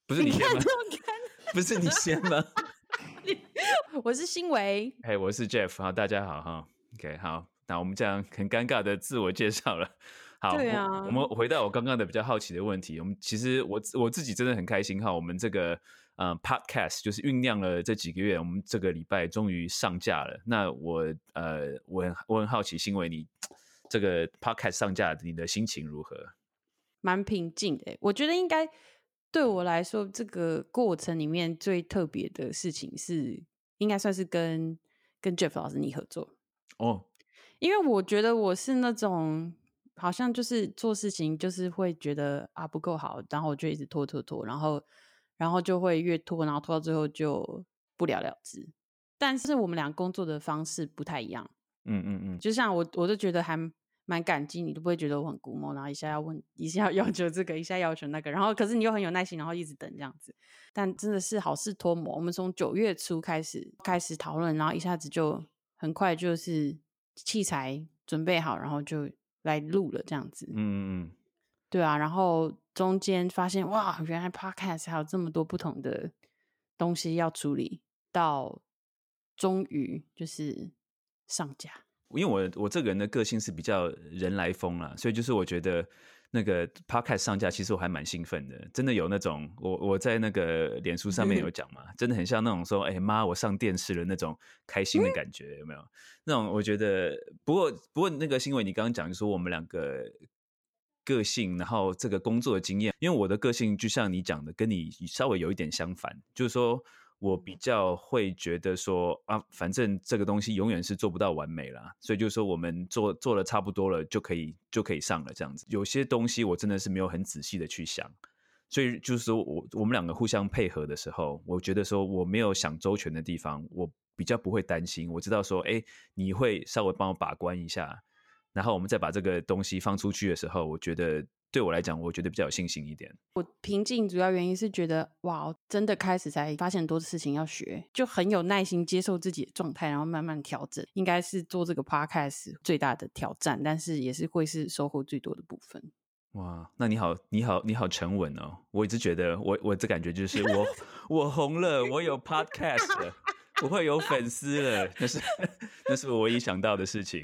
不是你先吗？ 你看这种不是你先吗？ 我是新维， 嘿，我是 Jeff， 好，大家好哈。OK， 好，那我们这样很尴尬的自我介绍了。好， 对啊， 我们回到我刚刚的比较好奇的问题。其实我自己真的很开心哈，我们这个podcast 就是酝酿了这几个月，我们这个礼拜终于上架了。那我很好奇，新维你这个 podcast 上架，你的心情如何？ 蛮平静的。我觉得应该对我来说，这个过程里面最特别的事情是，应该算是跟 Jeff 老师你合作哦。 因为我觉得我是那种好像就是做事情就是会觉得不够好，然后我就一直拖，然后就会越拖，然后拖到最后就不了了之。但是我们俩工作的方式不太一样，就像我就觉得还蛮感激你，都不会觉得我很估摸，然后一下要问，一下要求这个，一下要求那个，然后可是你又很有耐心，然后一直等这样子。但真的是好事托磨，我们从9月初开始讨论，然后一下子就很快就是器材准备好，然后就来录了这样子。对啊，然后中间发现哇，原来 podcast 还有这么多不同的东西要处理，到终于就是上架。 因为我这个人的个性是比较人来疯啦，所以就是我觉得那个 podcast 上架，其实我还蛮兴奋的。真的有那种我在那个脸书上面有讲嘛，真的很像那种说，妈，我上电视了那种开心的感觉，有没有？那种我觉得，不过那个新闻你刚刚讲，就说我们两个个性，然后这个工作的经验，因为我的个性就像你讲的，跟你稍微有一点相反，就是说。我比较会觉得说反正这个东西永远是做不到完美啦，所以就是说我们做了差不多了就可以上了这样子。有些东西我真的是没有很仔细的去想，所以就是说我们两个互相配合的时候，我觉得说我没有想周全的地方，我比较不会担心。我知道说，你会稍微帮我把关一下，然后我们再把这个东西放出去的时候，我觉得。对我来讲，我觉得比较有信心一点。 我平静主要原因是觉得，哇，真的开始才发现很多事情要学，就很有耐心接受自己的状态，然后慢慢调整。应该是做这个 podcast 最大的挑战，但是也是会是收获最多的部分。 哇，那你好沉稳哦！我一直觉得我这感觉就是我红了，我有 podcast 了，我会有粉丝了，那是我唯一想到的事情。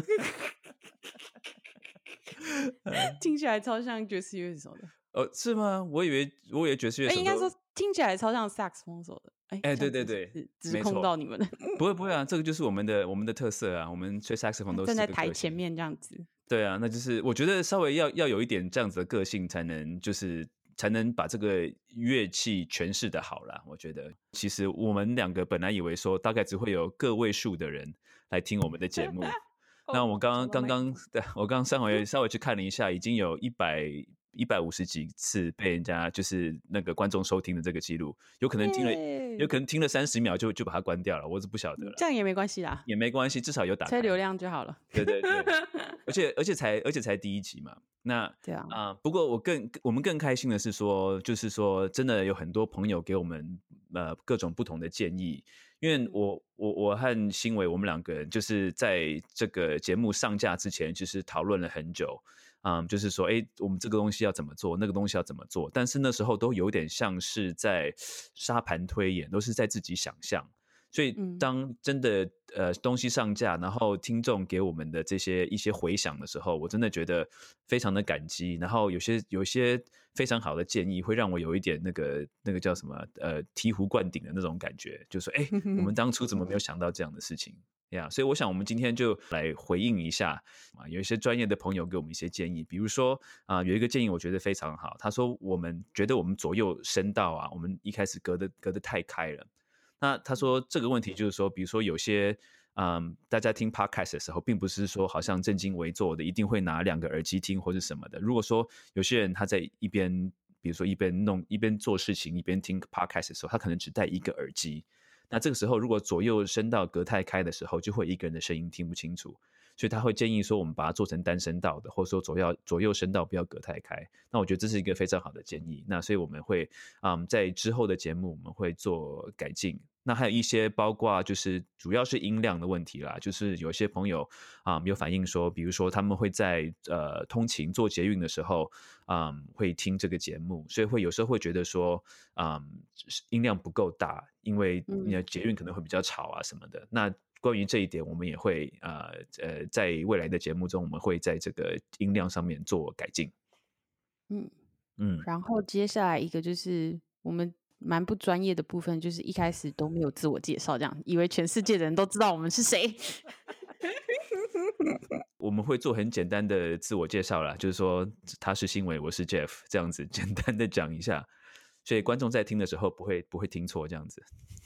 听起来超像爵士乐手的是吗？我以为爵士乐手应该说听起来超像萨克斯风手的。 对， 只碰到你们的不会啊，这个就是我们的特色啊，我们吹萨克斯风都是站在台前面这样子。 对啊，那就是我觉得稍微要有一点这样子的个性，才能把这个乐器诠释的好啦。我觉得其实我们两个本来以为说大概只会有个位数的人来听我们的节目。那我刚刚稍微去看了一下，已经有150几次被人家就是那个观众收听的这个记录，有可能听了30秒就把它关掉了，我是不晓得了。 这样也没关系啦， 也没关系，至少有打开吹流量就好了。 对，而且才第一集嘛。那对啊， 不过我们更开心的是说，就是说真的有很多朋友给我们各种不同的建议，因为我和新伟我们两个人就是在这个节目上架之前，就是讨论了很久，就是说我们这个东西要怎么做，那个东西要怎么做，但是那时候都有点像是在沙盘推演，都是在自己想象。所以当真的东西上架，然后听众给我们的一些回响的时候，我真的觉得非常的感激。然后有些非常好的建议，会让我有一点那个叫什么醍醐灌顶的那种感觉，就说我们当初怎么没有想到这样的事情呀？所以我想我们今天就来回应一下有一些专业的朋友给我们一些建议，比如说有一个建议我觉得非常好，他说我们觉得我们左右声道我们一开始隔得太开了。那他说这个问题就是说，比如说有些大家听 podcast 的时候，并不是说好像正襟危坐的，一定会拿2个耳机听或是什么的。如果说有些人他在一边，比如说一边做事情一边听 podcast 的时候，他可能只戴1个耳机。那这个时候如果左右声道隔太开的时候，就会一个人的声音听不清楚。 所以他会建议说我们把它做成单声道的，或者说左右声道不要隔太开。那我觉得这是一个非常好的建议。那所以我们会在之后的节目我们会做改进。那还有一些包括就是主要是音量的问题啦，就是有些朋友有反映说，比如说他们会在通勤做捷运的时候会听这个节目，所以会有时候会觉得说音量不够大，因为你的捷运可能会比较吵啊什么的。那关于这一点，我们也会在未来的节目中，我们会在这个音量上面做改进。 然后接下来一个就是我们蛮不专业的部分，就是一开始都没有自我介绍，这样以为全世界的人都知道我们是谁。 我们会做很简单的自我介绍啦，就是说他是新伟，我是 Jeff， 这样子简单的讲一下，所以观众在听的时候不会听错这样子。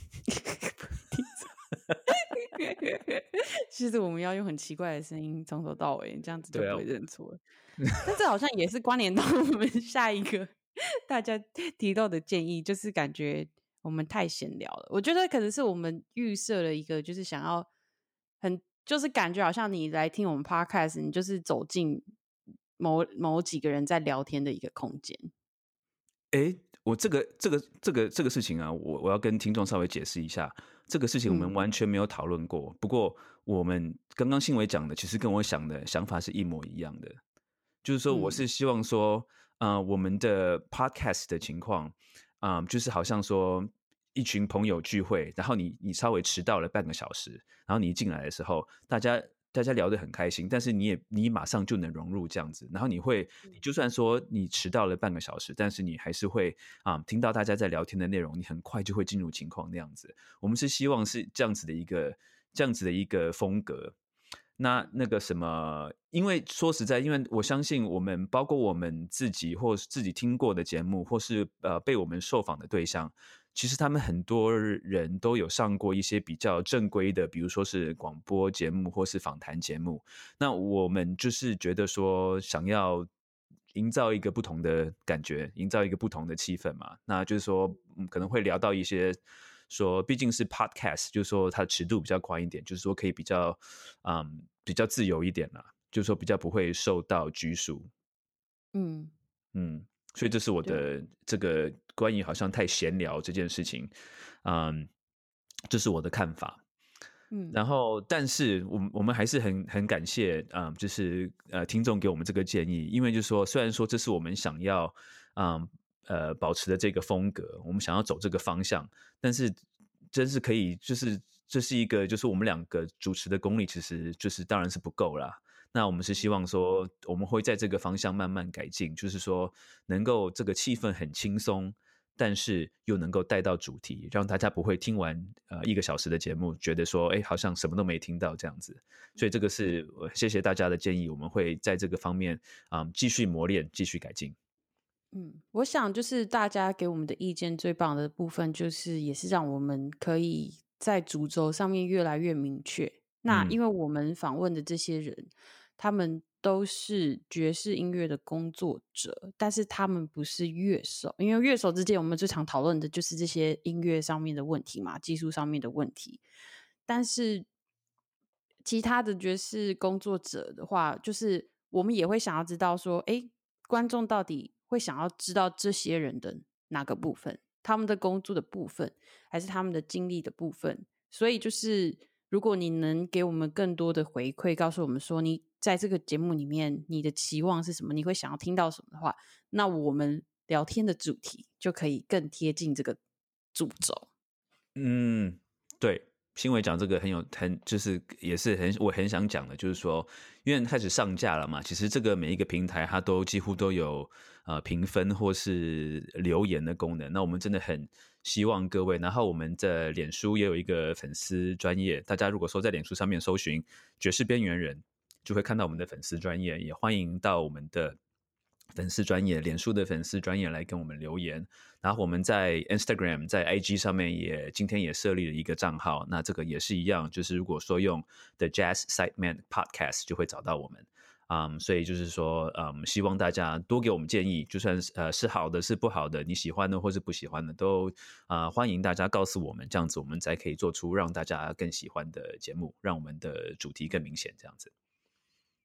其实我们要用很奇怪的声音从头到尾，这样子就对啊不会认错。但这好像也是关联到我们下一个大家提到的建议，就是感觉我们太闲聊了。我觉得可能是我们预设了一个，就是想要就是感觉好像你来听我们 podcast， 你就是走进某几个人在聊天的一个空间。 我这个事情啊，我要跟听众稍微解释一下，这个事情我们完全没有讨论过。不过我们刚刚信伟讲的，其实跟我想法是一模一样的。就是说，我是希望说，我们的 podcast 的情况，就是好像说一群朋友聚会，然后你稍微迟到了半个小时，然后你一进来的时候，大家聊得很开心，但是你马上就能融入这样子，然后你就算说你迟到了半个小时，但是你还是会听到大家在聊天的内容，你很快就会进入情况那样子。我们是希望是这样子的一个风格。那个什么，因为说实在，因为我相信包括我们自己或是自己听过的节目，或是被我们受访的对象，其实他们很多人都有上过一些比较正规的，比如说是广播节目或是访谈节目。那我们就是觉得说，想要营造一个不同的感觉，营造一个不同的气氛嘛。那就是说，可能会聊到一些说，毕竟是 podcast，就是说它的尺度比较宽一点，就是说可以比较自由一点啦，就是说比较不会受到拘束。 嗯所以这是我的这个关于好像太闲聊这件事情，这是我的看法。然后，但是我们还是很感谢，就是听众给我们这个建议，因为就是说，虽然说这是我们想要保持的这个风格，我们想要走这个方向，但是真是可以，就是这是一个，就是我们两个主持的功力，其实就是当然是不够啦。那我们是希望说，我们会在这个方向慢慢改进，就是说能够这个气氛很轻松，但是又能够带到主题，让大家不会听完1个小时的节目，觉得说，好像什么都没听到这样子。所以这个是谢谢大家的建议，我们会在这个方面继续磨练，继续改进。 我想就是大家给我们的意见最棒的部分，就是也是让我们可以在主轴上面越来越明确。那因为我们访问的这些人，他们都是爵士音乐的工作者，但是他们不是乐手，因为乐手之间我们最常讨论的就是这些音乐上面的问题嘛，技术上面的问题。但是其他的爵士工作者的话，就是我们也会想要知道说，观众到底会想要知道这些人的哪个部分，他们的工作的部分，还是他们的经历的部分。所以就是如果你能给我们更多的回馈，告诉我们说你在这个节目里面你的期望是什么，你会想要听到什么的话，那我们聊天的主题就可以更贴近这个主轴。 对，新伟讲这个就是也是我很想讲的，就是说，因为开始上架了嘛，其实这个每一个平台它都几乎都有评分或是留言的功能。那我们真的很希望各位，然后我们的脸书也有一个粉丝专页，大家如果说在脸书上面搜寻爵士边缘人，就会看到我们的粉丝专页，也欢迎到我们的粉丝专页，脸书的粉丝专页来跟我们留言。然后我们在 Instagram 在 IG 上面今天也设立了一个账号，那这个也是一样，就是如果说用 The Jazz Sideman Podcast 就会找到我们。所以就是说希望大家多给我们建议，就算是好的是不好的，你喜欢的或是不喜欢的都欢迎大家告诉我们，这样子我们才可以做出让大家更喜欢的节目，让我们的主题更明显这样子。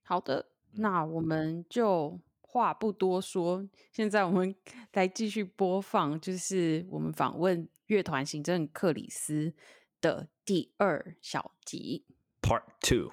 好的，那我们就话不多说，现在我们来继续播放，就是我们访问乐团行政克里斯的第2小集 Part 2。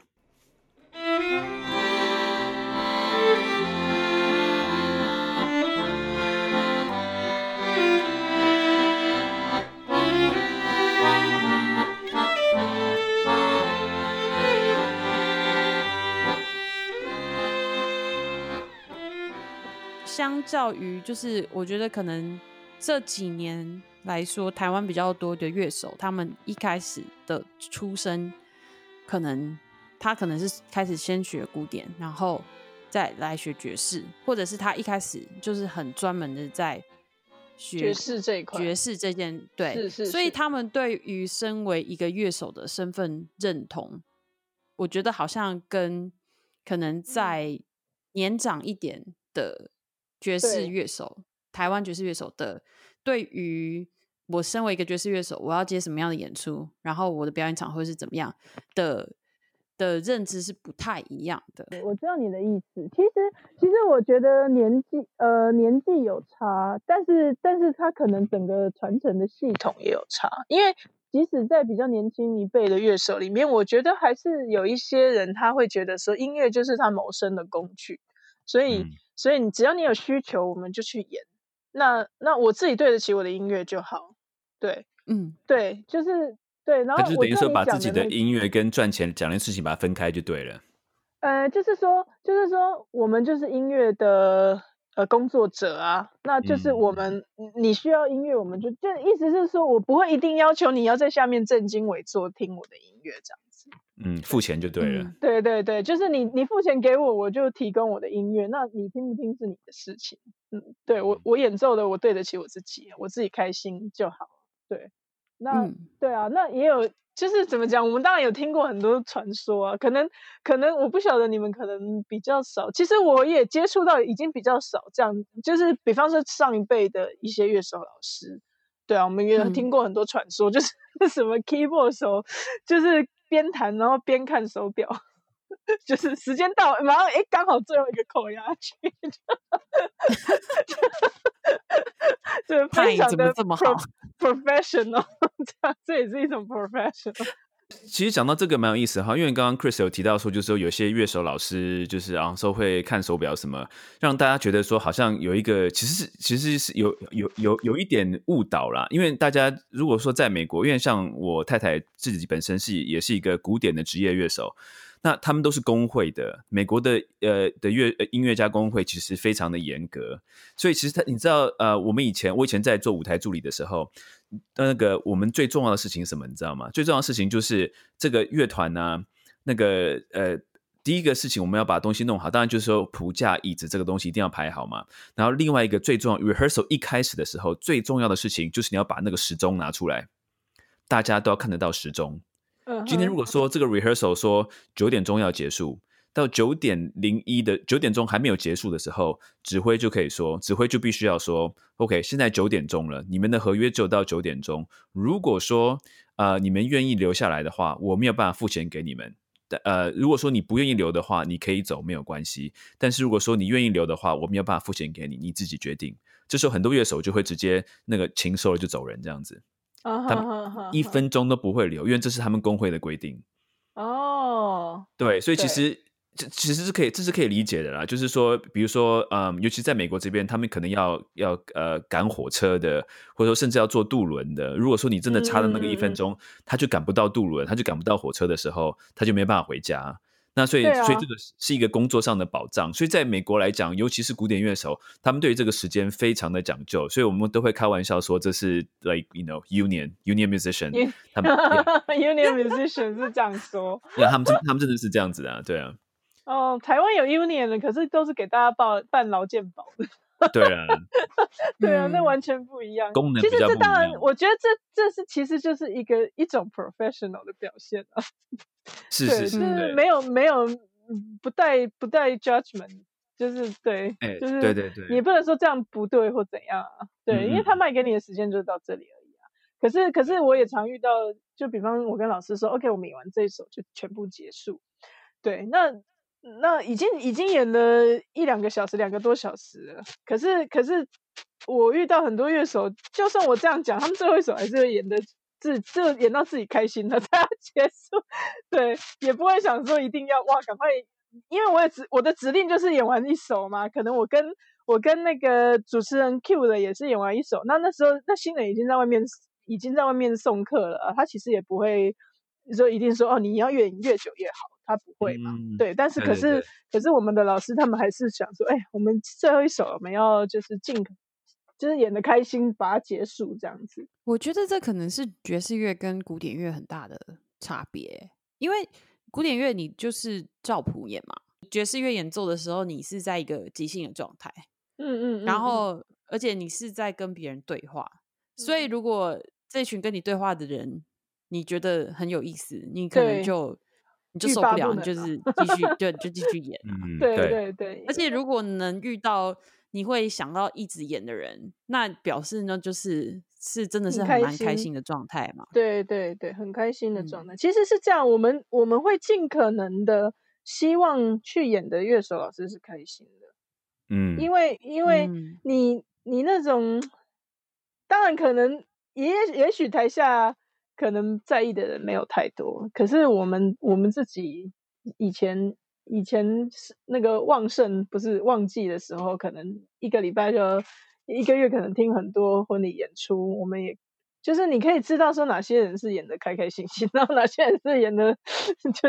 相较于就是我觉得可能这几年来说，台湾比较多的乐手，他们一开始的出身，可能是开始先学古典，然后再来学爵士，或者是他一开始就是很专门的在学爵士这一块， 爵士这件对， 是所以他们对于身为一个乐手的身份认同，我觉得好像跟可能在年长一点的爵士乐手，台湾爵士乐手的对于我身为一个爵士乐手，我要接什么样的演出，然后我的表演场会是怎么样的认知是不太一样的。 我知道你的意思。其实我觉得年纪有差，但是他可能整个传承的系统也有差，因为即使在比较年轻一辈的乐手里面，我觉得还是有一些人他会觉得说音乐就是他谋生的工具，所以你只要你有需求，我们就去演。那我自己对得起我的音乐就好。对，对，就是对。然后他就等于说把自己的音乐跟赚钱两件事情把它分开就对了。 就是说我们就是音乐的工作者啊，那就是我们你需要音乐，我们就意思是说我不会一定要求你要在下面正襟危坐听我的音乐这样子。 付钱就对了。 对对对，就是你付钱给我，我就提供我的音乐，那你听不听是你的事情。对，我演奏的我对得起我自己，我自己开心就好。对，那对啊，那也有就是怎么讲，我们当然有听过很多传说啊，可能我不晓得你们可能比较少，其实我也接触到已经比较少这样，就是比方说上一辈的一些乐手老师，对啊，我们也有听过很多传说，就是什么 keyboard 手就是边弹然后边看手表，就是时间到马上刚好最后一个扣下去，就非常的 professional， 这也是一种 professional。 其实讲到这个蛮有意思哈，因为刚刚 Chris 有提到说，就是说有些乐手老师就是说会看手表什么，让大家觉得说好像有一个其实是有一点误导啦。因为大家如果说在美国，因为像我太太自己本身也是一个古典的职业乐手。那他们都是工会的，美国的音乐家工会其实非常的严格，所以其实你知道我以前在做舞台助理的时候，那个我们最重要的事情是什么？你知道吗？最重要的事情就是这个乐团啊，那个第一个事情我们要把东西弄好，当然就是说谱架、椅子这个东西一定要排好嘛。然后另外一个最重要 rehearsal 一开始的时候最重要的事情就是你要把那个时钟拿出来，大家都要看得到时钟。今天如果说这个 rehearsal 说9点钟要结束，到9:01的9点钟还没有结束的时候，指挥就必须要说 OK， 现在9点钟了，你们的合约只有到9点钟，如果说你们愿意留下来的话，我没有办法付钱给你们。如果说你不愿意留的话，你可以走没有关系，但是如果说你愿意留的话，我没有办法付钱给你，你自己决定。这时候很多乐手就会直接那个琴收了就走人这样子，他们1分钟都不会留，因为这是他们工会的规定。对，所以其实这是可以理解的啦。就是说，比如说，尤其在美国这边，他们可能要赶火车的，或者说甚至要坐渡轮的。如果说你真的差的那个1分钟，他就赶不到渡轮，他就赶不到火车的时候，他就没办法回家。那所以这个是一个工作上的保障，所以在美国来讲，尤其是古典乐手，他们对于这个时间非常的讲究，所以我们都会开玩笑说这是 like union musician， 他们 union musician 是这样说， 他们真的是这样子的啊，对啊。 台湾有 union 的，可是都是给大家办劳健保的。 对啊， 对啊，那完全不一样。 功能比较不一样。 其实这当然，我觉得这是其实就是一种 professional 的表现啊。 是， 就是没有不带 judgment， 就是对，就是对， 你不能说这样不对或怎样啊。对，因为他卖给你的时间就是到这里而已啊。可是我也常遇到，就比方我跟老师说 ，OK， 我们演完这一首就全部结束。对， 那已经演了1-2个小时，2个多小时了。可是我遇到很多乐手，就算我这样讲，他们最后一首还是会演的就演到自己开心了才要结束。对，也不会想说一定要哇赶快，因为我的指令就是演完一首嘛。可能我跟那个主持人 Q 的也是演完一首，那时候那新人已经在外面送客了，他其实也不会说一定说哦你要越演越久越好，他不会嘛。对，但是可是我们的老师他们还是想说，我们最后一首我们要就是就是演得开心把它结束这样子。 我觉得这可能是爵士乐跟古典乐很大的差别，因为古典乐你就是照谱演嘛，爵士乐演奏的时候你是在一个即兴的状态，然后而且你是在跟别人对话，所以如果这群跟你对话的人你觉得很有意思，你可能你就受不了，你就是继续就继续演啊。 对， 而且如果能遇到你会想到一直演的人，那表示呢就是真的是很蛮开心的状态嘛。 对，很开心的状态。其实是这样，我们会尽可能的希望去演的乐手老师是开心的。因为你那种当然可能也许台下可能在意的人没有太多，可是我们自己以前那个旺盛不是旺季的时候，可能1个礼拜就1个月可能听很多婚礼演出，我们也就是你可以知道说哪些人是演的开开心心，然后哪些人是演的就是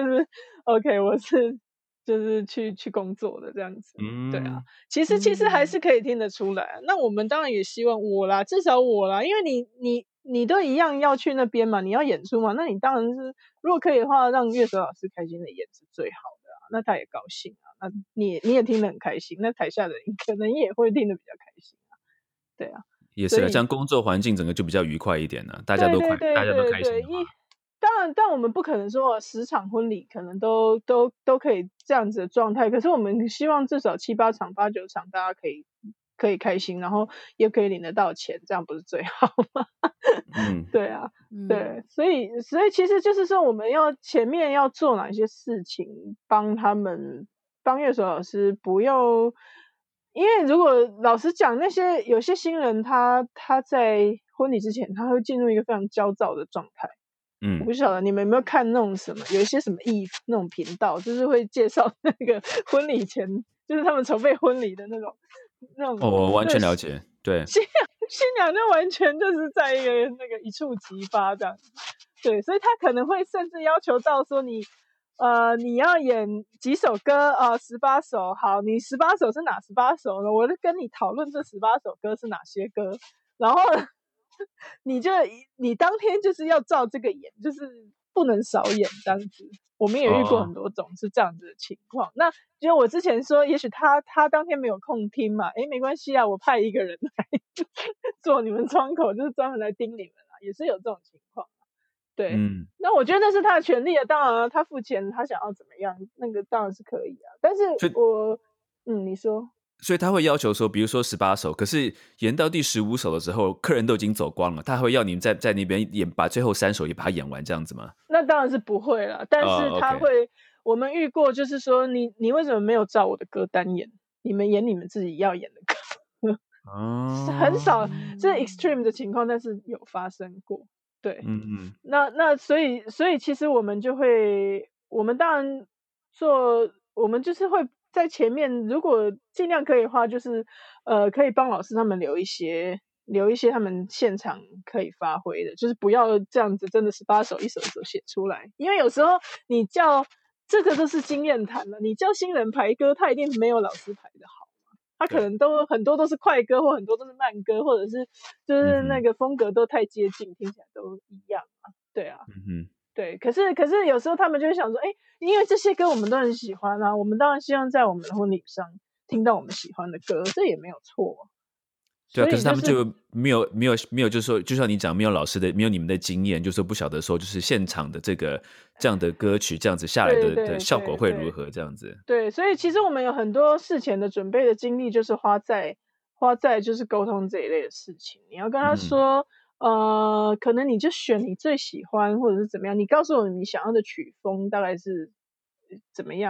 OK 我是就是去工作的这样子。对啊，其实还是可以听得出来。那我们当然也希望至少我啦，因为你都一样要去那边嘛，你要演出嘛，那你当然是如果可以的话，让乐手老师开心的演是最好的啊，那他也高兴啊，那你也听得很开心，那台下的人可能也会听得比较开心啊。对啊， 也是的，这样工作环境整个就比较愉快一点了，大家都开心的话。 当然，但我们不可能说10场婚礼可能都可以这样子的状态，可是我们希望至少7、8场、8、9场大家可以开心，然后也可以领得到钱，这样不是最好吗？对啊，对，所以其实就是说我们前面要做哪些事情，帮乐手老师不要，因为如果老实讲，有些新人他在婚礼之前他会进入一个非常焦躁的状态。我不晓得你们有没有看那种有一些什么那种频道，就是会介绍那个婚礼前，就是他们筹备婚礼的那种。 我完全了解。对， 新娘就完全就是在一个那个一触即发这样。对，所以他可能会甚至要求到说你要演几首歌啊，18首。好，你18首是哪18首呢？我就跟你讨论这18首歌是哪些歌，然后你当天就是要照这个演，就是不能少演这样子。我们也遇过很多种是这样子的情况。那就我之前说，也许他当天没有空听嘛，没关系啊，我派一个人来做你们窗口，就是专门来盯你们啊，也是有这种情况。对，那我觉得那是他的权利啊，当然他付钱，他想要怎么样，那个当然是可以啊。但是你说。 所以他会要求说，比如说18首，可是演到第15首的时候，客人都已经走光了，他会要你们在那边把最后3首也把它演完，这样子吗？ 那当然是不会啦，但是他会，我们遇过，就是说你为什么没有照我的歌单演？你们演你们自己要演的歌。很少，这 extreme 的情况，但是有发生过。对，那所以其实我们当然我们就是会在前面，如果尽量可以的话，就是可以帮老师他们留一些他们现场可以发挥的，就是不要这样子真的18首一首一首写出来，因为有时候你叫这个都是经验谈了，你叫新人排歌，他一定没有老师排的好。他可能很多都是快歌，或很多都是慢歌，或者是就是那个风格都太接近，听起来都一样啊。对啊，对。可是有时候他们就会想说，因为这些歌我们都很喜欢啊，我们当然希望在我们的婚礼上听到我们喜欢的歌，这也没有错。 对啊，可是他们就没有，就是说，就像你讲，没有你们的经验，就是说不晓得说，就是现场的这样的歌曲，这样子下来的效果会如何，这样子。 对，所以其实我们有很多事前的准备的精力，就是花在就是沟通这一类的事情。你要跟他说，可能你就选你最喜欢，或者是怎么样，你告诉我你想要的曲风大概是怎么样。比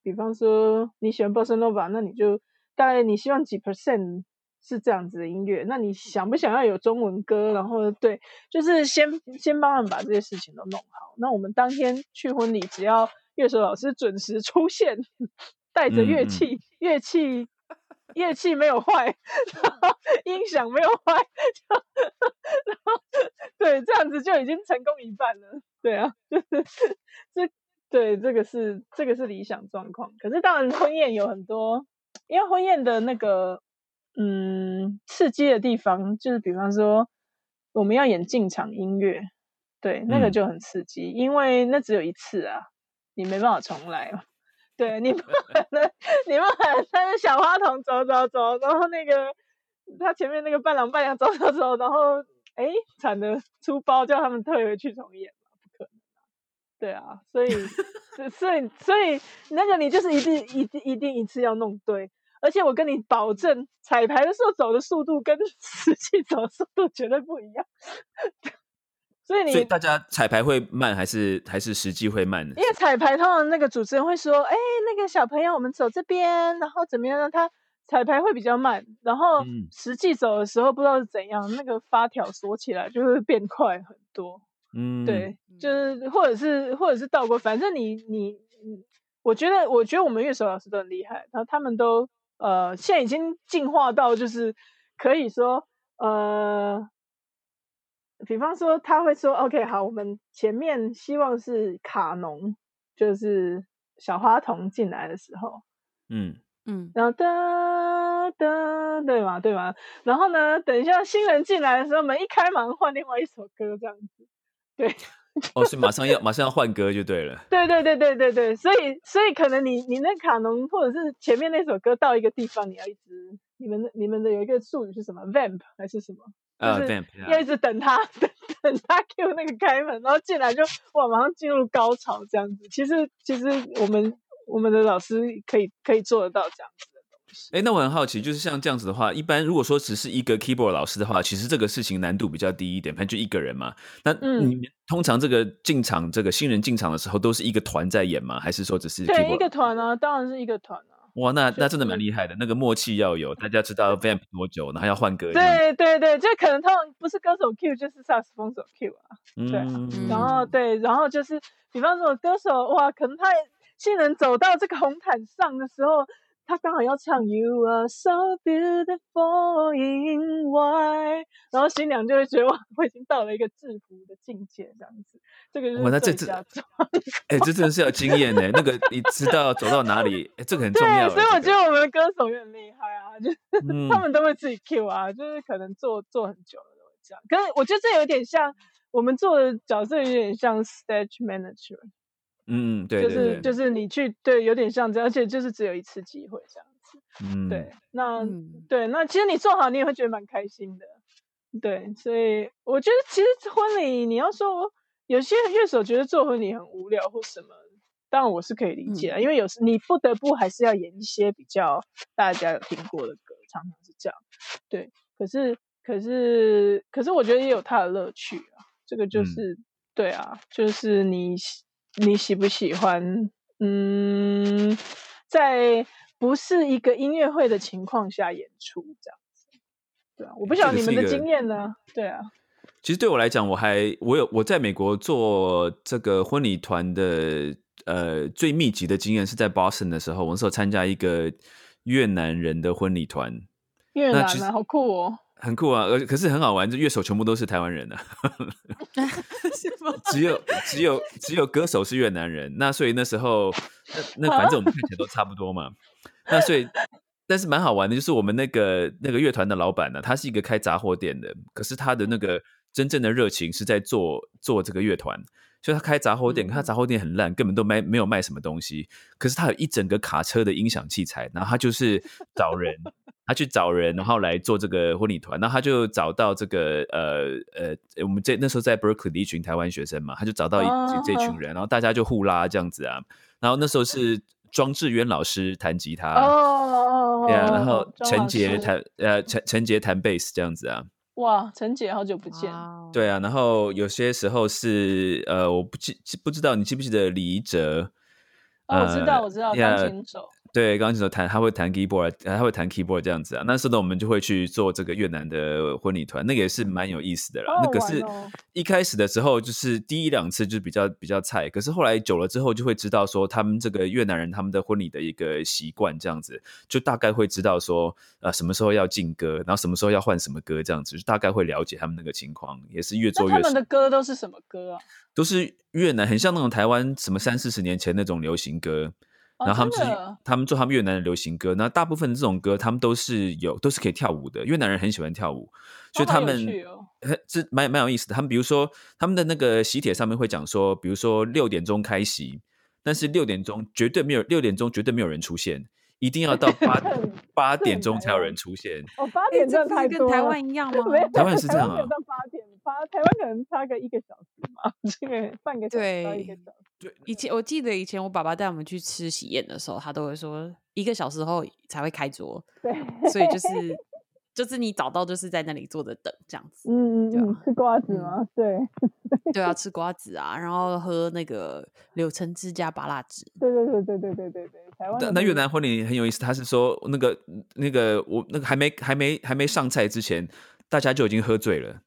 比方说你喜欢 Bossa Nova， 那你就大概你希望几 % 是这样子的音乐，那你想不想要有中文歌？然后对，就是先帮他们把这些事情都弄好。那我们当天去婚礼，只要乐手老师准时出现，带着乐器没有坏，然后音响没有坏，然后对，这样子就已经成功一半了。对啊，就是对，这个是理想状况。可是当然婚宴有很多，因为婚宴的那个刺激的地方，就是比方说我们要演进场音乐，对，那个就很刺激，因为那只有一次啊，你没办法重来嘛。对，你不可能带着小花童走，然后那个他前面那个伴郎伴娘走，然后惨的出包叫他们退回去重演嘛，不可能啊。对啊，所以那个你就是一定一次要弄对，而且我跟你保证，彩排的时候走的速度跟实际走的速度绝对不一样。所以大家彩排会慢还是实际会慢呢？ 因为彩排通常那个主持人会说，那个小朋友我们走这边，然后怎么样，他彩排会比较慢，然后实际走的时候不知道是怎样，那个发条锁起来就会变快很多。对，就是或者是倒过，反正你我觉得我们乐手老师都很厉害，然后他们都现在已经进化到就是可以说比方说他会说 OK 好，我们前面希望是卡农，就是小花童进来的时候，然后哒哒，对嘛，然后呢等一下新人进来的时候门一开马上换另外一首歌这样子。对所以马上要换歌就对了。 对，所以可能你那卡农或者是前面那首歌到一个地方，你要一直你们的有一个术语是什么 vamp 还是什么？就是要一直等他 Q 那个开门，然后进来就哇马上进入高潮这样子。其实我们的老师可以做得到这样子的东西。 那我很好奇，就是像这样子的话，一般如果说只是一个 keyboard 老师的话，其实这个事情难度比较低一点，反正就一个人嘛。那你们通常这个新人进场的时候，都是一个团在演吗？还是说只是 keyboard？ 对，一个团啊，当然是一个团啊。 哇，那真的蛮厉害的，那个默契要有，大家知道 vamp 多久，然后要换歌。 对，就可能通常不是歌手 Q 就是萨克斯风手 Q 啊。对，然后就是比方说歌手哇，可能他新人走到这个红毯上的时候，他刚好要唱 You are so beautiful in white， 然后新娘就会觉得哇，我已经到了一个制服的境界这样子。这个就是最佳状况。 这真的是要经验呢。那个你知道走到哪里，这个很重要。 对，所以我觉得我们的歌手也很厉害啊，就是他们都会自己 Q 啊，就是可能做很久了都会这样。可是我觉得这有点像我们做的角色，有点像 stage manager。 对， 就是你去对，有点像这样，而且就是只有一次机会这样子。对，那其实你做好，你也会觉得蛮开心的。对，所以我觉得其实婚礼你要说有些乐手觉得做婚礼很无聊或什么，当然我是可以理解，因为有时你不得不还是要演一些比较大家有听过的歌，常常是这样。对，可是我觉得也有它的乐趣啊。这个就是对啊，就是你喜不喜欢？在不是一个音乐会的情况下演出这样子。对啊，我不晓得你们的经验呢。对啊， 其实对我来讲，我在美国做这个婚礼团的最密集的经验是在 Boston 的时候，我那时候参加一个越南人的婚礼团。 越南啊，好酷哦！ 很酷啊，可是很好玩，这乐手全部都是台湾人啊。只有歌手是越南人，那所以那时候那反正我们看起来都差不多嘛。那所以但是蛮好玩的，就是我们那个乐团的老板呢，他是一个开杂货店的，可是他的那个真正的热情是在做这个乐团。所以他开杂货店，他杂货店很烂，根本都没有卖什么东西。可是他有一整个卡车的音响器材，然后他就是他去找人，然后来做这个婚礼团。然后他就找到这个我们那时候在 Berkeley 的一群台湾学生嘛，他就找到这群人，然后大家就互拉这样子啊。然后那时候是庄智渊老师弹吉他，对啊，然后陈杰弹贝斯这样子啊。 哇，陈姐好久不见。 对啊，然后有些时候是我不知道你记不记得李怡哲， 我知道钢琴手。 对，钢琴手他会弹 keyboard， 他会弹 keyboard 这样子啊。那时候呢，我们就会去做这个越南的婚礼团，那个也是蛮有意思的啦。那个是一开始的时候，就是第一两次就比较菜，可是后来久了之后，就会知道说他们这个越南人他们的婚礼的一个习惯，这样子就大概会知道说什么时候要进歌，然后什么时候要换什么歌，这样子就大概会了解他们那个情况，也是越做越。 那他们的歌都是什么歌啊？ 都是越南，很像那种台湾什么30-40年前那种流行歌。然后他们做他们越南的流行歌，那大部分这种歌他们都是可以跳舞的，越南人很喜欢跳舞，所以他们这蛮有意思的。他们比如说他们的那个喜帖上面会讲说，比如说6点钟开席，但是6点钟绝对没有人出现，一定要到8点钟才有人出现。 8点真的太多了， 跟台湾一样吗？ 台湾是这样啊， 到8点，台湾可能差个1个小时嘛，这个半个小时到1个小时。 对，我记得以前我爸爸带我们去吃喜宴的时候，他都会说1个小时后才会开桌， 对， 所以就是你找到就是在那里坐着等这样子。 吃瓜子吗？对， 对啊，吃瓜子啊，然后喝那个柳橙汁加芭乐汁。 对，台湾那越南婚礼很有意思，他是说那个我那个还没上菜之前，大家就已经喝醉了。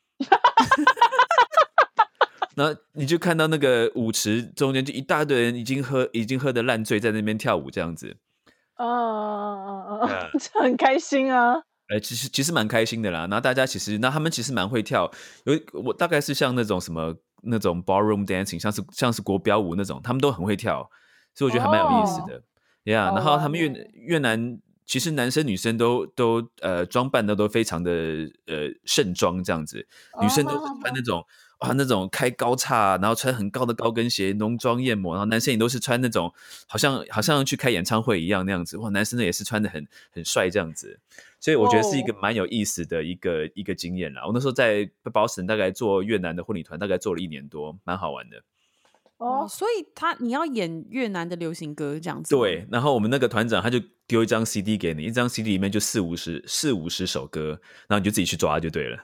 然后你就看到那个舞池中间就一大堆人已经喝得烂醉，在那边跳舞这样子。 这很开心啊。 其实蛮开心的啦。然后大家他们其实蛮会跳，我大概是像那种什么那种 ballroom dancing， 像是国标舞那种，他们都很会跳，所以我觉得还蛮有意思的。然后他们越南其实男生女生都装扮的都非常的盛装这样子，女生都穿那种开高叉，然后穿很高的高跟鞋，浓妆艳抹，然后男生也都是穿那种好像去开演唱会一样那样子，哇，男生呢也是穿的很帅这样子，所以我觉得是一个蛮有意思的一个经验啦。我那时候在保省大概做越南的婚礼团，大概做了1年多，蛮好玩的。 所以你要演越南的流行歌这样子。 对，然后我们那个团长他就丢一张 CD 给你，一张 CD 里面就40-50首歌，然后你就自己去抓就对了。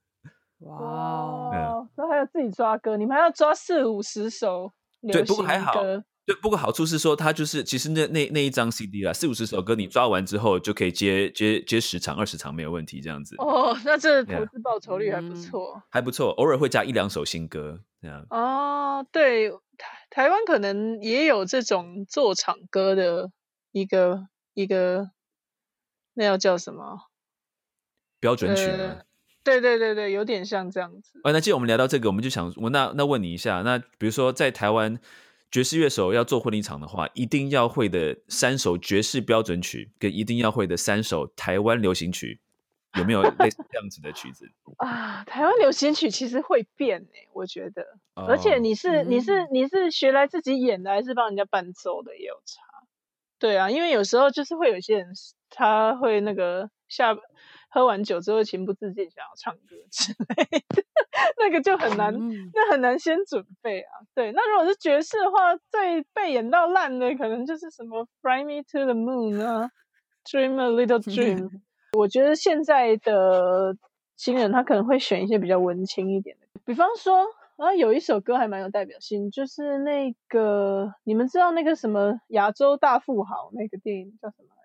哇，那还有自己抓歌，你们还要抓40-50首流行歌。 对，不过还好。对，不过好处是说，它就是其实那一张 CD 啦，40-50首歌你抓完之后就可以接10场20场没有问题，这样子。 那这投资报酬率还不错， 还不错，偶尔会加1-2首新歌这样。 对，台湾可能也有这种做场歌的一个那要叫什么标准曲吗？ 对，有点像这样子。 那既然我们聊到这个，我们就想那问你一下，那比如说在台湾爵士乐手要做婚礼场的话，一定要会的3首爵士标准曲跟一定要会的3首台湾流行曲，有没有类似这样子的曲子台湾流行曲其实会变我觉得，而且你是学来自己演的，还是帮人家伴奏的也有差。对啊，因为有时候就是会有些人他会那个喝完酒之后情不自禁想要唱歌之类的，那个就很难，那很难先准备啊。对，那如果是爵士的话，最被演到烂的可能就是什么 Fly Me to the Moon 啊 Dream a Little Dream 我觉得现在的新人他可能会选一些比较文青一点的，比方说有一首歌还蛮有代表性，就是那个你们知道那个什么亚洲大富豪那个电影叫什么来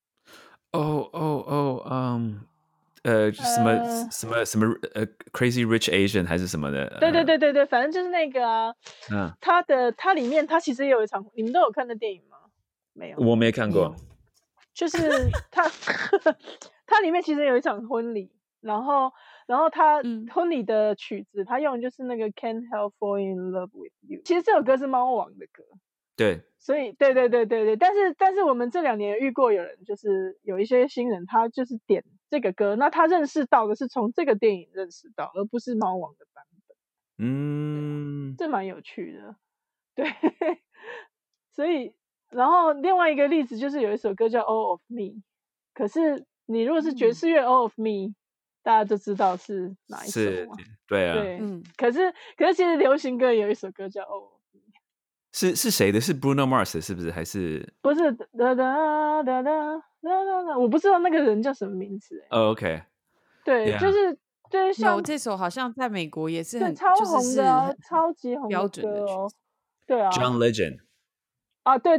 着？什么Crazy Rich Asian 还是什么的？ 对，反正就是那个啊。它里面它其实也有一场，你们都有看那电影吗？没有， 我没看过。 就是它里面其实有一场婚礼，然后它婚礼的曲子，它用的就是那个 Can't Help Falling in Love with You。其实这首歌是猫王的歌。 对。 所以对，但是我们这2年遇过有人，就是有一些新人，他就是点这个歌，那他认识到的是从这个电影认识到，而不是猫王的版本。这蛮有趣的。对，所以然后另外一个例子就是有一首歌叫 All of Me， 可是你如果是爵士乐 All of Me，大家就知道是哪一首嘛。 对啊。 对，可是其实流行歌有一首歌叫 All of Me。 是谁的？是 Bruno Mars 是不是？还是不是？我不知道那个人叫什么名字。 OK。 对，就是像这首好像在美国也是很超红的，超级红标准的歌哦。对啊。 John Legend。 啊，对，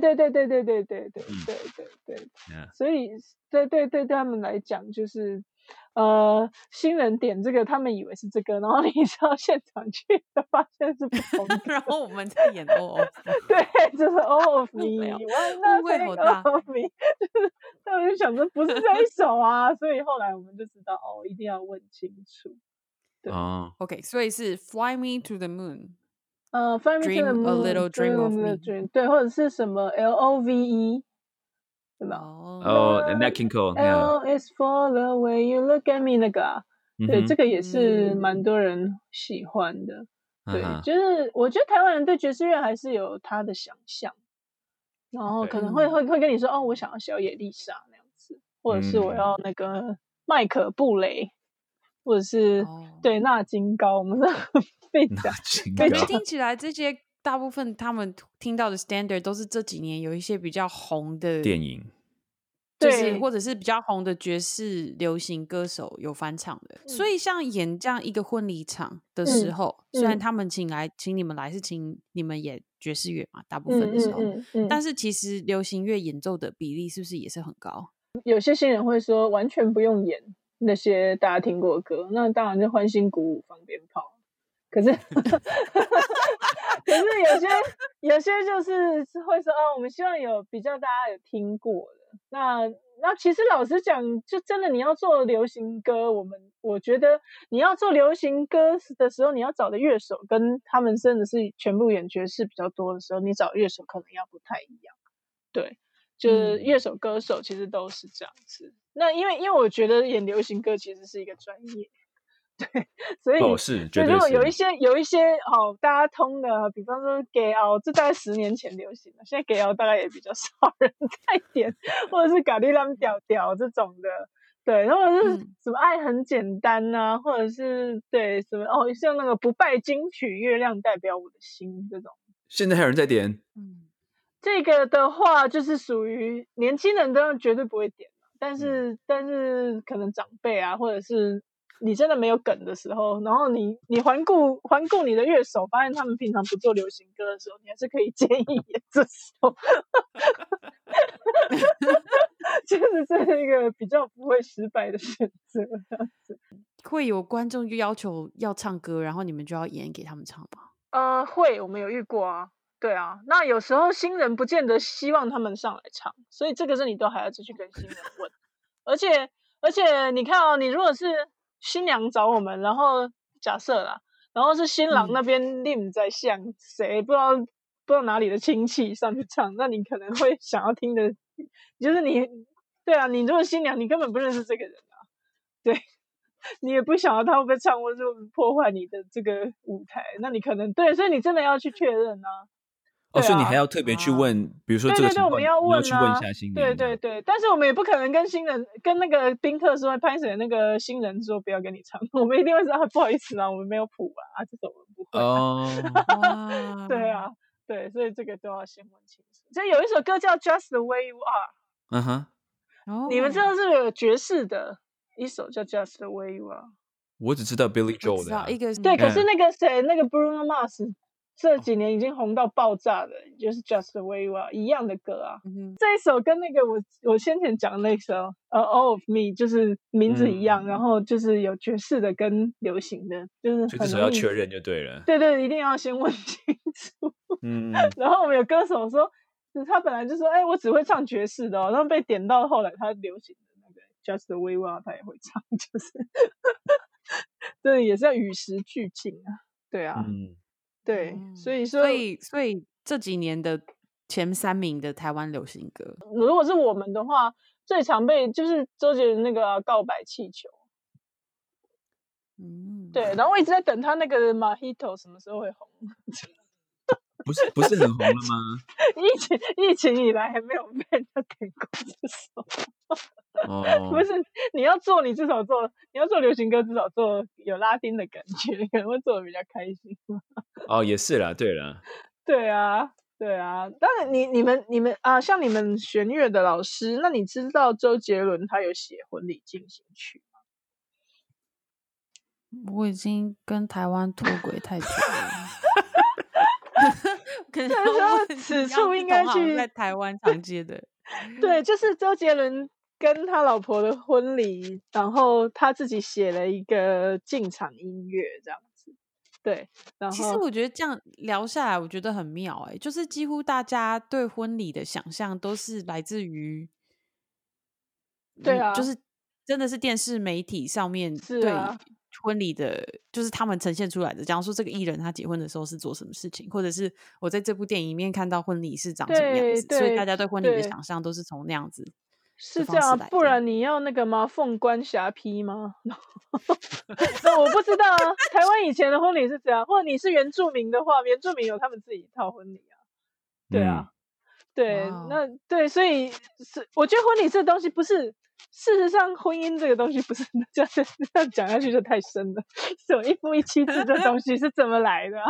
所以对他们来讲，就是新人点这个，他们以为是这个，然后你到现场去发现是不同的， 然后我们在演 All of Me， 对，就是 All of Me， 误会好大， All of Me， 就是他们就想着不是这一首啊，所以后来我们就知道哦，一定要问清楚。对 ，OK， 所以是 Fly Me to the Moon。 Fly Me to the Dream a little dream of me， 对，或者是什么 LOVE， 对吧 ？Nat King Cole， L is for the way you look at me 那个啊，对，这个也是蛮多人喜欢的。对，就是我觉得台湾人对爵士乐还是有他的想象，然后可能会跟你说哦，我想要小野丽莎那样子，或者是我要那个麦可布雷，或者是对纳金高，我们是被讲。 感觉听起来这些大部分他们听到的 standard 都是这几年有一些比较红的电影， 就是或者是比较红的爵士流行歌手有翻唱的。所以像演这样一个婚礼场的时候，虽然他们请你们来是请你们演爵士乐嘛，大部分的时候，但是其实流行乐演奏的比例是不是也是很高？ 有些新人会说完全不用演那些大家听过的歌，那当然就欢欣鼓舞放鞭炮。可是有些就是会说我们希望有比较大家有听过的。那其实老实讲，就真的你要做流行歌，我觉得你要做流行歌的时候，你要找的乐手跟他们真的是全部演爵士比较多的时候，你找乐手可能要不太一样。对，就是乐手歌手其实都是这样子。那因为我觉得演流行歌其实是一个专业。对，所以如果有一些大家通的，比方说 Gay 熬，这大概10年前流行了，现在 Gay 熬大概也比较少人在点，或者是咖喱蓝调调这种的，对，然后是什么爱很简单啊，或者是对什么像那个不败金曲月亮代表我的心这种， 现在还有人在点。 这个的话就是属于年轻人都绝对不会点，但是可能长辈啊，或者是你真的没有梗的时候，然后你环顾你的乐手，发现他们平常不做流行歌的时候，你还是可以建议演这首。就是这是一个比较不会失败的选择。 会有观众就要求要唱歌，然后你们就要演给他们唱吗？ 会，我们有遇过啊。对啊，那有时候新人不见得希望他们上来唱，所以这个是你都还要继续跟新人问。而且你看你如果是新娘找我们，然后假设啦，然后是新郎那边另在向谁不知道哪里的亲戚上去唱，那你可能会想要听的，就是对啊，你如果新娘你根本不认识这个人啊，对，你也不想要他会不会唱，或是破坏你的这个舞台，那你可能对，所以你真的要去确认啊。 所以你还要特别去问，比如说这个情况， 我们要问去问一下新娘。 对，但是我们也不可能跟那个宾客说拍摄那个新人说不要跟你唱，我们一定会说不好意思啊，我们没有谱啊，这种我们不会。对啊，对，所以这个都要先问清楚。所以有一首歌叫 Just the Way You Are，你们知道是有爵士的一首叫 Just the Way You Are， 我只知道 Billy Joel 的对，可是那个谁，那个 Bruno Mars这几年已经红到爆炸的，就是 Just the Way You Are 一样的歌啊。这一首跟那个我先前讲的那首All of Me 就是名字一样，然后就是有爵士的跟流行的，就是所以这首要确认就对了。 对，一定要先问清楚。然后我们有歌手说，他本来就说我只会唱爵士的然后被点到后来他流行的那个 Just the Way You Are 他也会唱，就是对，也是要与时俱进啊。对啊。对，所以这几年的前3名的台湾流行歌， 如果是我们的话，最常被就是周杰伦那个告白气球。对，然后我一直在等他那个 Mojito 什么时候会红。 不是很红了吗？ 疫情以来还没有被人家点过这首。不是，你要做流行歌，至少做有拉丁的感觉，可能会做得比较开心。 也是啦，对啦。 对啊。当然你们像你们弦乐的老师，那你知道周杰伦他有写婚礼进行曲吗？ 我已经跟台湾脱轨太久了。 可能说此处应该去在台湾常见的。 对，就是周杰伦跟他老婆的婚礼，然后他自己写了一个进场音乐这样子。对，然后其实我觉得这样聊下来，我觉得很妙就是几乎大家对婚礼的想象都是来自于， 对啊， 就是真的是电视媒体上面对婚礼的，就是他们呈现出来的。假如说这个艺人他结婚的时候是做什么事情，或者是我在这部电影里面看到婚礼是长什么样子，所以大家对婚礼的想象都是从那样子。 是这样，不然你要那个吗？凤冠霞帔吗？那我不知道啊。台湾以前的婚礼是这样，或者你是原住民的话，原住民有他们自己一套婚礼啊。对啊，对，那对，所以我觉得婚礼这东西不是，事实上婚姻这个东西不是这样讲下去就太深了。什么一夫一妻制这东西是怎么来的啊？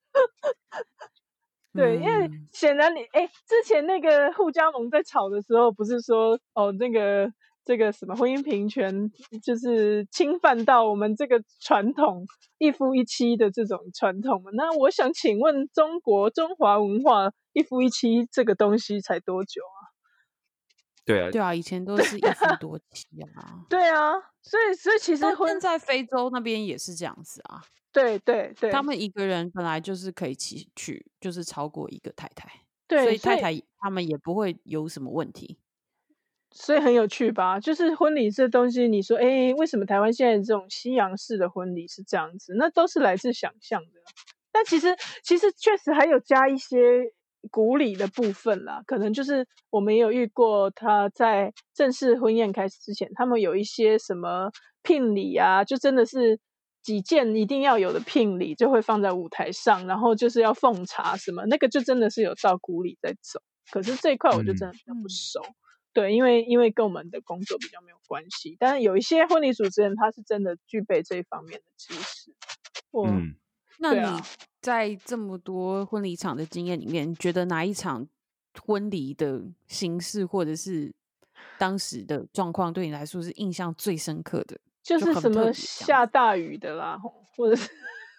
对，因为显然之前那个互加盟在吵的时候，不是说这个什么婚姻平权就是侵犯到我们这个传统一夫一妻的这种传统嘛？那我想请问，中华文化一夫一妻这个东西才多久啊？ 对啊， 以前都是一夫多妻啊。 对啊，所以其实现在非洲那边也是这样子啊。 对， 他们一个人本来就是可以娶，就是超过一个太太， 对， 所以太太他们也不会有什么问题。 所以很有趣吧？就是婚礼这东西，你说为什么台湾现在这种西洋式的婚礼是这样子？那都是来自想象的。但其实确实还有加一些古礼的部分啦，可能就是我们也有遇过，他在正式婚宴开始之前，他们有一些什么聘礼啊，就真的是几件一定要有的聘礼就会放在舞台上，然后就是要奉茶什么，那个就真的是有照古礼在走。可是这一块我就真的比较不熟。对，因为跟我们的工作比较没有关系，但是有一些婚礼主持人他是真的具备这一方面的知识。 那你在这么多婚礼场的经验里面，觉得哪一场婚礼的形式或者是当时的状况对你来说是印象最深刻的？ 就是什么下大雨的啦，或者是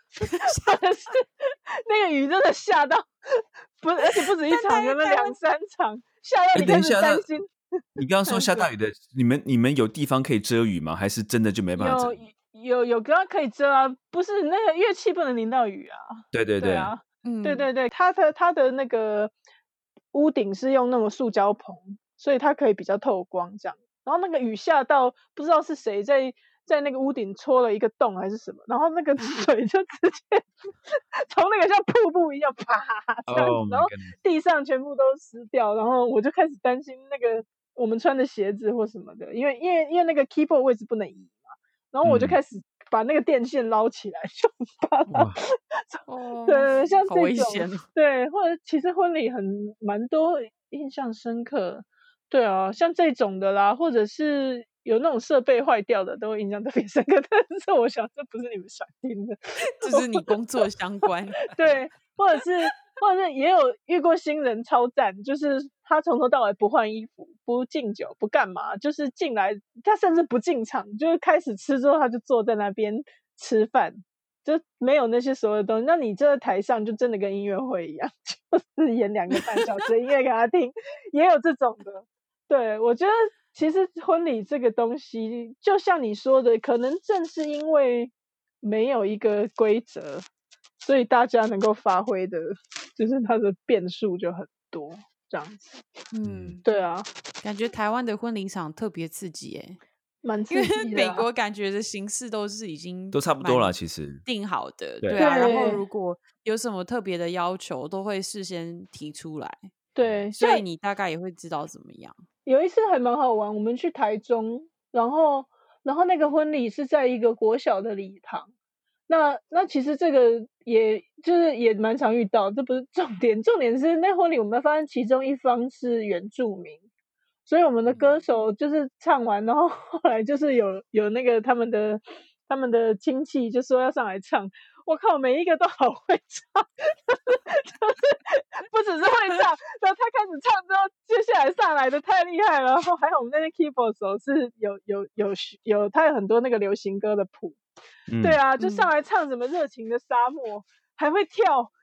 那个雨真的下到而且不止一场，可能2-3场，下到你开始担心。 你刚刚说下大雨的，你们有地方可以遮雨吗？还是真的就没办法遮？ 有地方可以遮啊，不是那个乐器不能淋到雨啊。 对啊，对，它的那个屋顶是用那种塑胶棚，所以它可以比较透光这样。然后那个雨下到不知道是谁在那个屋顶戳了一个洞还是什么，然后那个水就直接从那个像瀑布一样啪这样子，然后地上全部都湿掉，然后我就开始担心那个我们穿的鞋子或什么的，因为那个 keyboard 位置不能移嘛，然后我就开始把那个电线捞起来，就把它对，像这种对，或者其实婚礼蛮多印象深刻，对啊，像这种的啦，或者是有那种设备坏掉的，都印象特别深刻。但是我想这不是你们想听的， 这是你工作相关。 对，或者是也有遇过新人超赞，就是他从头到尾不换衣服，不敬酒，不干嘛，就是进来，他甚至不进场，就是开始吃之后他就坐在那边吃饭，就没有那些所有的东西。那你这台上就真的跟音乐会一样，就是演2个半小时的音乐给他听，也有这种的。对，我觉得其实婚礼这个东西，就像你说的，可能正是因为没有一个规则，所以大家能够发挥的，就是它的变数就很多，这样子。对啊， 感觉台湾的婚礼场特别刺激蛮刺激的。 因为美国感觉的形式都是已经都差不多了，其实定好的，对啊。然后如果有什么特别的要求，都会事先提出来。 对， 所以你大概也会知道怎么样。 有一次还蛮好玩，我们去台中，然后那个婚礼是在一个国小的礼堂。那其实这个也蛮常遇到，这不是重点，重点是那婚礼我们发现其中一方是原住民，所以我们的歌手就是唱完，然后后来就是有那个他们的亲戚就说要上来唱。我靠，每一个都好会唱，就是不只是会唱，然后他开始唱之后，接下来上来的太厉害了。然后还好我们那边 keyboard 手是有他有很多那个流行歌的谱，对啊，就上来唱什么热情的沙漠，还会跳，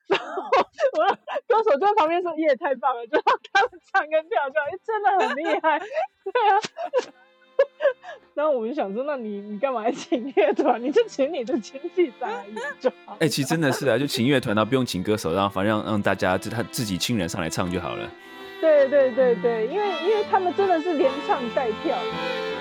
然后我让歌手就在旁边说也太棒了，就让他们唱跟跳跳，真的很厉害。对啊。然后我们就想说，那你干嘛还请乐团？你就请你的亲戚上来演就好。 其实真的是啊，就请乐团，然后不用请歌手，然后反正让大家他自己亲人上来唱就好了。 对对对对，因为他们真的是连唱带跳。